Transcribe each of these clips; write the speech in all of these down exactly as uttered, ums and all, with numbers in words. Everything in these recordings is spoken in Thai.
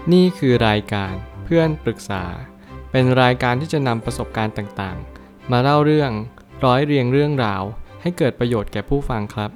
นี่คือรายการเพื่อนปรึกษาเป็นรายการที่จะนำประสบการณ์ต่างๆมาเล่าเรื่องร้อยเรียงเรื่องราวให้เกิดประโยชน์แก่ผู้ฟังครับ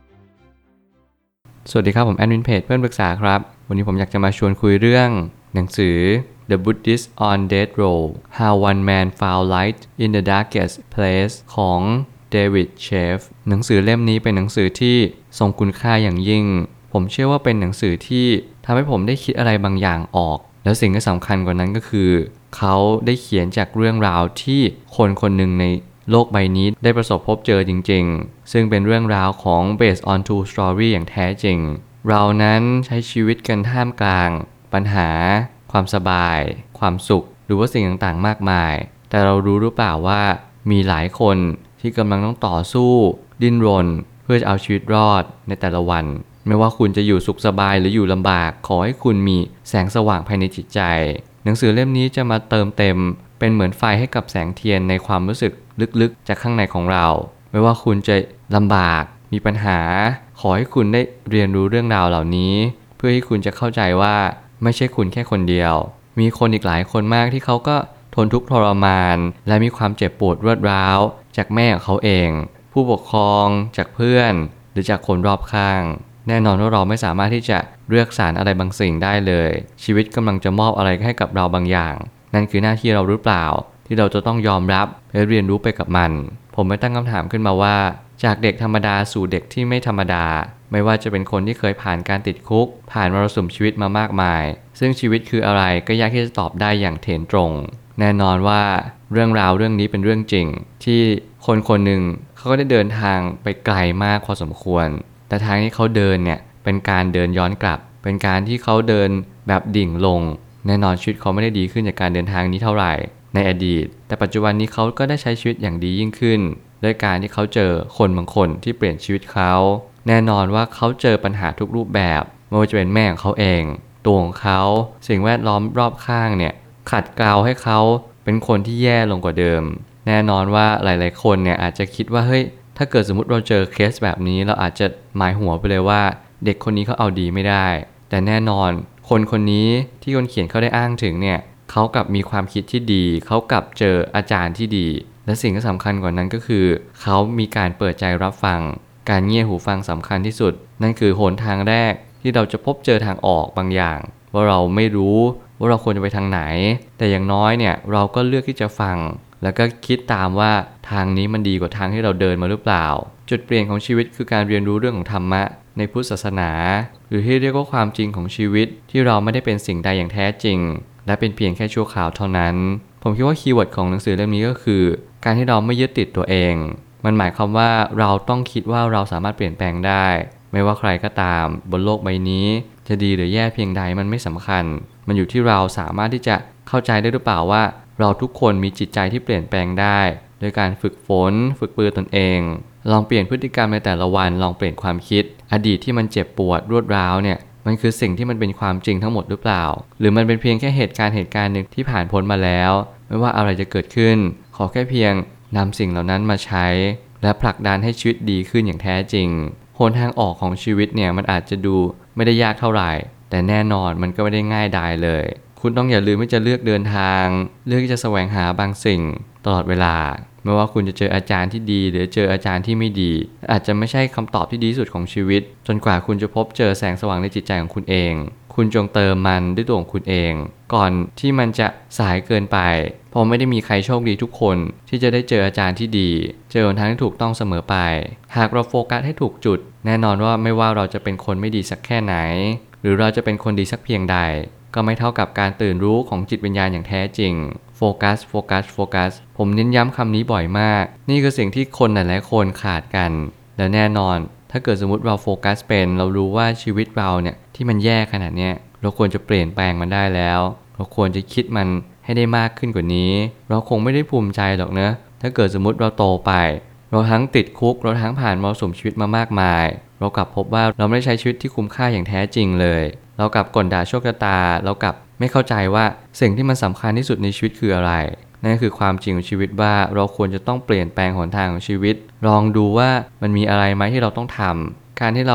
สวัสดีครับผมแอดมินเพจเพื่อนปรึกษาครับวันนี้ผมอยากจะมาชวนคุยเรื่องหนังสือ The Buddhist on Death Row How One Man Found Light in the Darkest Place ของเดวิดเชฟหนังสือเล่มนี้เป็นหนังสือที่ทรงคุณค่าอย่างยิ่งผมเชื่อว่าเป็นหนังสือที่ทำให้ผมได้คิดอะไรบางอย่างออกแล้วสิ่งที่สำคัญกว่านั้นก็คือเขาได้เขียนจากเรื่องราวที่คนคนหนึ่งในโลกใบนี้ได้ประสบพบเจอจริงๆซึ่งเป็นเรื่องราวของ based on true story อย่างแท้จริงเรานั้นใช้ชีวิตกันท่ามกลางปัญหาความสบายความสุขหรือว่าสิ่งต่างๆมากมายแต่เรารู้หรือเปล่าว่ามีหลายคนที่กำลังต้องต่อสู้ดิ้นรนเพื่อจะเอาชีวิตรอดในแต่ละวันไม่ว่าคุณจะอยู่สุขสบายหรืออยู่ลำบากขอให้คุณมีแสงสว่างภายในจิตใจหนังสือเล่มนี้จะมาเติมเต็มเป็นเหมือนไฟให้กับแสงเทียนในความรู้สึกลึกๆจากข้างในของเราไม่ว่าคุณจะลำบากมีปัญหาขอให้คุณได้เรียนรู้เรื่องราวเหล่านี้เพื่อให้คุณจะเข้าใจว่าไม่ใช่คุณแค่คนเดียวมีคนอีกหลายคนมากที่เขาก็ทนทุกข์ทรมานและมีความเจ็บปวดรวดร้าวจากแม่ของเขาเองผู้ปกครองจากเพื่อนหรือจากคนรอบข้างแน่นอนว่าเราไม่สามารถที่จะเลือกสรรอะไรบางสิ่งได้เลยชีวิตกำลังจะมอบอะไรให้กับเราบางอย่างนั่นคือหน้าที่เราหรือเปล่าที่เราจะต้องยอมรับและเรียนรู้ไปกับมันผมไม่ตั้งคำถามขึ้นมาว่าจากเด็กธรรมดาสู่เด็กที่ไม่ธรรมดาไม่ว่าจะเป็นคนที่เคยผ่านการติดคุกผ่านมรสุมชีวิตมามากมายซึ่งชีวิตคืออะไรก็ยากที่จะตอบได้อย่างเถนตรงแน่นอนว่าเรื่องราวเรื่องนี้เป็นเรื่องจริงที่คนคนหนึ่งเขาก็ได้เดินทางไปไกลมากพอสมควรแต่ทางที่เขาเดินเนี่ยเป็นการเดินย้อนกลับเป็นการที่เขาเดินแบบดิ่งลงแน่นอนชีวิตเขาไม่ได้ดีขึ้นจากการเดินทางนี้เท่าไหร่ในอดีตแต่ปัจจุบันนี้เขาก็ได้ใช้ชีวิตอย่างดียิ่งขึ้นด้วยการที่เขาเจอคนบางคนที่เปลี่ยนชีวิตเขาแน่นอนว่าเขาเจอปัญหาทุกรูปแบบไม่ว่าจะเป็นแม่ของเขาเองตัวของเขาสิ่งแวดล้อมรอบข้างเนี่ยขัดเกลาให้เขาเป็นคนที่แย่ลงกว่าเดิมแน่นอนว่าหลายๆคนเนี่ยอาจจะคิดว่าเฮ้ยถ้าเกิดสมมติเราเจอเคสแบบนี้เราอาจจะหมายหัวไปเลยว่าเด็กคนนี้เขาเอาดีไม่ได้แต่แน่นอนคนคนนี้ที่คนเขียนเขาได้อ้างถึงเนี่ยเขากลับมีความคิดที่ดีเขากลับเจออาจารย์ที่ดีและสิ่งที่สำคัญกว่านั้นก็คือเขามีการเปิดใจรับฟังการเงี่ยหูฟังสำคัญที่สุดนั่นคือหนทางแรกที่เราจะพบเจอทางออกบางอย่างว่าเราไม่รู้ว่าเราควรจะไปทางไหนแต่อย่างน้อยเนี่ยเราก็เลือกที่จะฟังแล้วก็คิดตามว่าทางนี้มันดีกว่าทางที่เราเดินมาหรือเปล่าจุดเปลี่ยนของชีวิตคือการเรียนรู้เรื่องของธรรมะในพุทธศาสนาหรือที่เรียกว่าความจริงของชีวิตที่เราไม่ได้เป็นสิ่งใดอย่างแท้จริงและเป็นเพียงแค่ชั่วคราวเท่านั้นผมคิดว่าคีย์เวิร์ดของหนังสือเล่มนี้ก็คือการที่เราไม่ยึดติดตัวเองมันหมายความว่าเราต้องคิดว่าเราสามารถเปลี่ยนแปลงได้ไม่ว่าใครก็ตามบนโลกใบนี้จะดีหรือแย่เพียงใดมันไม่สำคัญมันอยู่ที่เราสามารถที่จะเข้าใจได้หรือเปล่าว่าเราทุกคนมีจิตใจที่เปลี่ยนแปลงได้โดยการฝึกฝนฝึกปือตนเองลองเปลี่ยนพฤติกรรมในแต่ละวันลองเปลี่ยนความคิดอดีตที่มันเจ็บปวดรวดร้าวเนี่ยมันคือสิ่งที่มันเป็นความจริงทั้งหมดหรือเปล่าหรือมันเป็นเพียงแค่เหตุการณ์เหตุการณ์หนึ่งที่ผ่านพ้นมาแล้วไม่ว่าอะไรจะเกิดขึ้นขอแค่เพียงนำสิ่งเหล่านั้นมาใช้และผลักดันให้ชีวิตดีขึ้นอย่างแท้จริงหนทางออกของชีวิตเนี่ยมันอาจจะดูไม่ได้ยากเท่าไหร่แต่แน่นอนมันก็ไม่ได้ง่ายดายเลยคุณต้องอย่าลืมที่จะเลือกเดินทางเลือกที่จะแสวงหาบางสิ่งตลอดเวลาไม่ว่าคุณจะเจออาจารย์ที่ดีหรือเจออาจารย์ที่ไม่ดีอาจจะไม่ใช่คำตอบที่ดีที่สุดของชีวิตจนกว่าคุณจะพบเจอแสงสว่างในจิตใจของคุณเองคุณจงเติมมันด้วยตัวของคุณเองก่อนที่มันจะสายเกินไปเพราะไม่ได้มีใครโชคดีทุกคนที่จะได้เจออาจารย์ที่ดีเจอหนทางที่ถูกต้องเสมอไปหากเราโฟกัสให้ถูกจุดแน่นอนว่าไม่ว่าเราจะเป็นคนไม่ดีสักแค่ไหนหรือเราจะเป็นคนดีสักเพียงใดก็ไม่เท่ากับการตื่นรู้ของจิตวิญญาณอย่างแท้จริงโฟกัสโฟกัสโฟกัสผมเน้นย้ำคำนี้บ่อยมากนี่คือสิ่งที่คนหลายๆคนขาดกันและแน่นอนถ้าเกิดสมมติเราโฟกัสเป็นเรารู้ว่าชีวิตเราเนี่ยที่มันแย่ขนาดเนี้ยเราควรจะเปลี่ยนแปลงมันได้แล้วเราควรจะคิดมันให้ได้มากขึ้นกว่านี้เราคงไม่ได้ภูมิใจหรอกนะถ้าเกิดสมมติเราโตไปเราทั้งติดคุกเราทั้งผ่านมรสุมชีวิตมามากมายเรากลับพบว่าเราไม่ได้ใช้ชีวิตที่คุ้มค่าอย่างแท้จริงเลยเรากลับกลด่าโชคชะตาเรากลับไม่เข้าใจว่าสิ่งที่มันสำคัญที่สุดในชีวิตคืออะไรนั่นคือความจริงของชีวิตว่าเราควรจะต้องเปลี่ยนแปลงหนทางของชีวิตลองดูว่ามันมีอะไรไหมที่เราต้องทำการที่เราร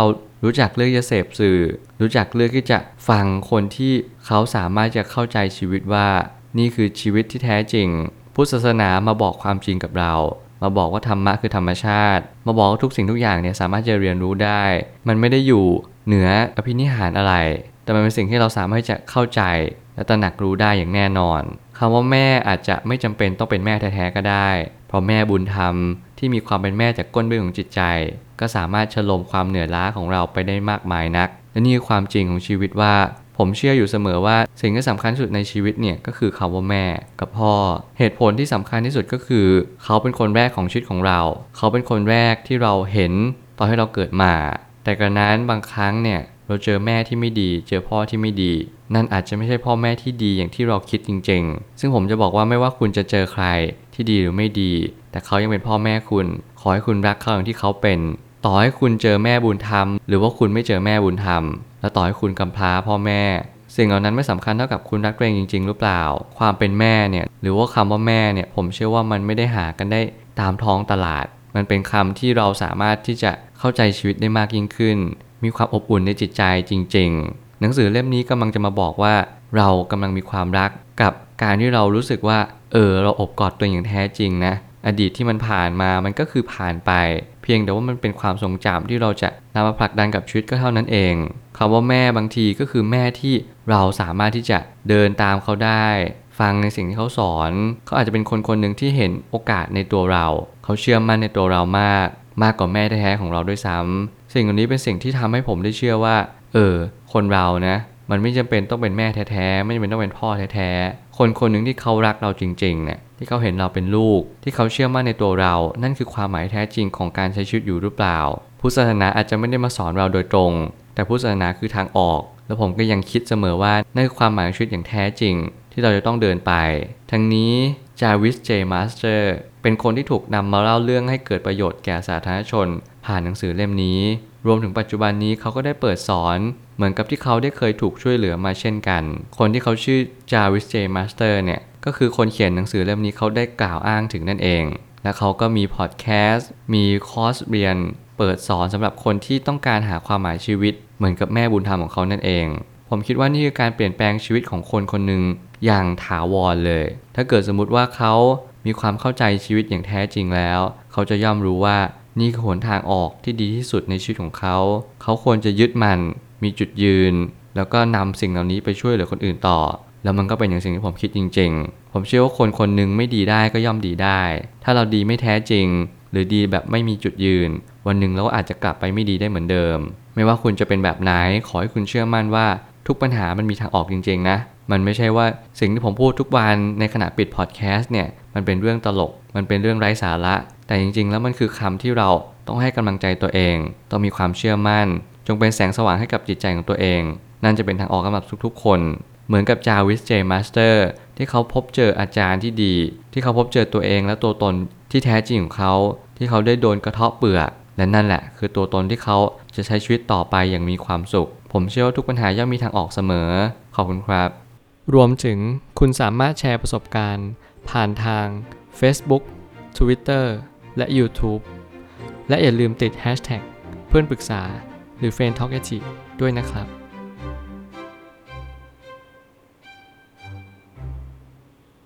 รู้จักเลือกจะเสพสื่อรู้จักเลือกที่จะฟังคนที่เขาสามารถจะเข้าใจชีวิตว่านี่คือชีวิตที่แท้จริงพุทธศาสนามาบอกความจริงกับเรามาบอกว่าธรรมะคือธรรมชาติมาบอกว่าทุกสิ่งทุกอย่างเนี่ยสามารถจะเรียนรู้ได้มันไม่ได้อยู่เหนืออภินิหารอะไรแต่มันเป็นสิ่งที่เราสามารถจะเข้าใจและตระหนักรู้ได้อย่างแน่นอนคำว่าแม่อาจจะไม่จำเป็นต้องเป็นแม่แท้ๆก็ได้เพราะแม่บุญธรรมที่มีความเป็นแม่จากก้นเบื้องของจิตใจก็สามารถชโลมความเหนื่อยล้าของเราไปได้มากมายนักและนี่คือความจริงของชีวิตว่าผมเชื่ออยู่เสมอว่าสิ่งที่สำคัญที่สุดในชีวิตเนี่ยก็คือคำว่าแม่กับพ่อเหตุผลที่สำคัญที่สุดก็คือเขาเป็นคนแรกของชีวิตของเราเขาเป็นคนแรกที่เราเห็นตอนที่เราเกิดมาแต่กระนั้นบางครั้งเนี่ยเราเจอแม่ที่ไม่ดีเจอพ่อที่ไม่ดีนั่นอาจจะไม่ใช่พ่อแม่ที่ดีอย่างที่เราคิดจริงๆซึ่งผมจะบอกว่าไม่ว่าคุณจะเจอใครที่ดีหรือไม่ดีแต่เขายังเป็นพ่อแม่คุณขอให้คุณรักเขาอย่างที่เขาเป็นต่อให้คุณเจอแม่บุญธรรมหรือว่าคุณไม่เจอแม่บุญธรรมและต่อให้คุณกำพร้าพ่อแม่สิ่งเหล่านั้นไม่สำคัญเท่ากับคุณรักตัวเองจริงๆหรือเปล่าความเป็นแม่เนี่ยหรือว่าคำว่าแม่เนี่ยผมเชื่อว่ามันไม่ได้หากันได้ตามท้องตลาดมันเป็นคำที่เราสามารถที่จะเข้าใจชีวิตได้มากยิ่งขึ้นมีความอบอุ่นในจิตใจจริงๆหนังสือเล่มนี้กำลังจะมาบอกว่าเรากำลังมีความรักกับการที่เรารู้สึกว่าเออเราอบกอดตัวเองอย่างแท้จริงนะอดีตที่มันผ่านมามันก็คือผ่านไปเพียงแต่ว่ามันเป็นความทรงจำที่เราจะนำมาผลักดันกับชีวิตก็เท่านั้นเองคำว่าแม่บางทีก็คือแม่ที่เราสามารถที่จะเดินตามเขาได้ฟังในสิ่งที่เขาสอนเขาอาจจะเป็นคนคนหนึ่งที่เห็นโอกาสในตัวเราเขาเชื่อมั่นในตัวเรามากมากกว่าแม่แท้ๆของเราด้วยซ้ำสิ่งเหล่านี้เป็นสิ่งที่ทำให้ผมได้เชื่อว่าเออคนเรานะมันไม่จำเป็นต้องเป็นแม่แท้ๆไม่จำเป็นต้องเป็นพ่อแท้ๆคนคนหนึ่งที่เขารักเราจริงๆเนี่ยที่เขาเห็นเราเป็นลูกที่เขาเชื่อมั่นในตัวเรานั่นคือความหมายแท้จริงของการใช้ชีวิตอยู่หรือเปล่าพุทธศาสนาอาจจะไม่ได้มาสอนเราโดยตรงแต่พุทธศาสนาคือทางออกแล้วผมก็ยังคิดเสมอว่านั่นคือความหมายของชีวิตอย่างแท้จริงที่เราจะต้องเดินไปทั้งนี้จาวิสเจมาสเตอร์เป็นคนที่ถูกนำมาเล่าเรื่องให้เกิดประโยชน์แก่สาธารณชนผ่านหนังสือเล่มนี้รวมถึงปัจจุบันนี้เขาก็ได้เปิดสอนเหมือนกับที่เขาได้เคยถูกช่วยเหลือมาเช่นกันคนที่เขาชื่อจาวิสเจมาสเตอร์เนี่ยก็คือคนเขียนหนังสือเล่มนี้เขาได้กล่าวอ้างถึงนั่นเองและเขาก็มีพอดแคสต์มีคอร์สเรียนเปิดสอนสำหรับคนที่ต้องการหาความหมายชีวิตเหมือนกับแม่บุญธรรมของเขานั่นเองผมคิดว่านี่คือการเปลี่ยนแปลงชีวิตของคนคนหนึ่งอย่างถาวรเลยถ้าเกิดสมมุติว่าเขามีความเข้าใจชีวิตอย่างแท้จริงแล้วเขาจะย่อมรู้ว่านี่คือหนทางออกที่ดีที่สุดในชีวิตของเขาเขาควรจะยึดมันมีจุดยืนแล้วก็นำสิ่งเหล่านี้ไปช่วยเหลือคนอื่นต่อแล้วมันก็เป็นอย่างสิ่งที่ผมคิดจริงๆผมเชื่อว่าคนคนหนึ่งไม่ดีได้ก็ย่อมดีได้ถ้าเราดีไม่แท้จริงหรือดีแบบไม่มีจุดยืนวันหนึ่งเราอาจจะกลับไปไม่ดีได้เหมือนเดิมไม่ว่าคุณจะเป็นแบบไหนขอให้คุณเชื่อมั่นว่าทุกปัญหามันมีทางออกจริงๆนะมันไม่ใช่ว่าสิ่งที่ผมพูดทุกวันในขณะปิดพอดแคสต์เนี่ยมันเป็นเรื่องตลกมันเป็นเรื่องไร้สาระแต่จริงๆแล้วมันคือคำที่เราต้องให้กำลังใจตัวเองต้องมีความเชื่อมั่นจงเป็นแสงสว่างให้กับจิตใจของตัวเองนั่นจะเป็นทางออกสำหรับทุกๆคนเหมือนกับจาวิสเจมาสเตอร์ที่เขาพบเจออาจารย์ที่ดีที่เขาพบเจอตัวเองและตัวตนที่แท้จริงของเขาที่เขาได้โดนกระเทาะเปลือกและนั่นแหละคือตัวตนที่เขาจะใช้ชีวิตต่อไปอย่างมีความสุขผมเชื่อว่าทุกปัญหาย่อมมีทางออกเสมอขอบคุณครับรวมถึงคุณสามารถแชร์ประสบการณ์ผ่านทาง Facebook Twitter และ YouTube และอย่าลืมติด แฮชแท็ก เพื่อนปรึกษาหรือ เฟรนด์ ทอล์ก ด้วยนะครับ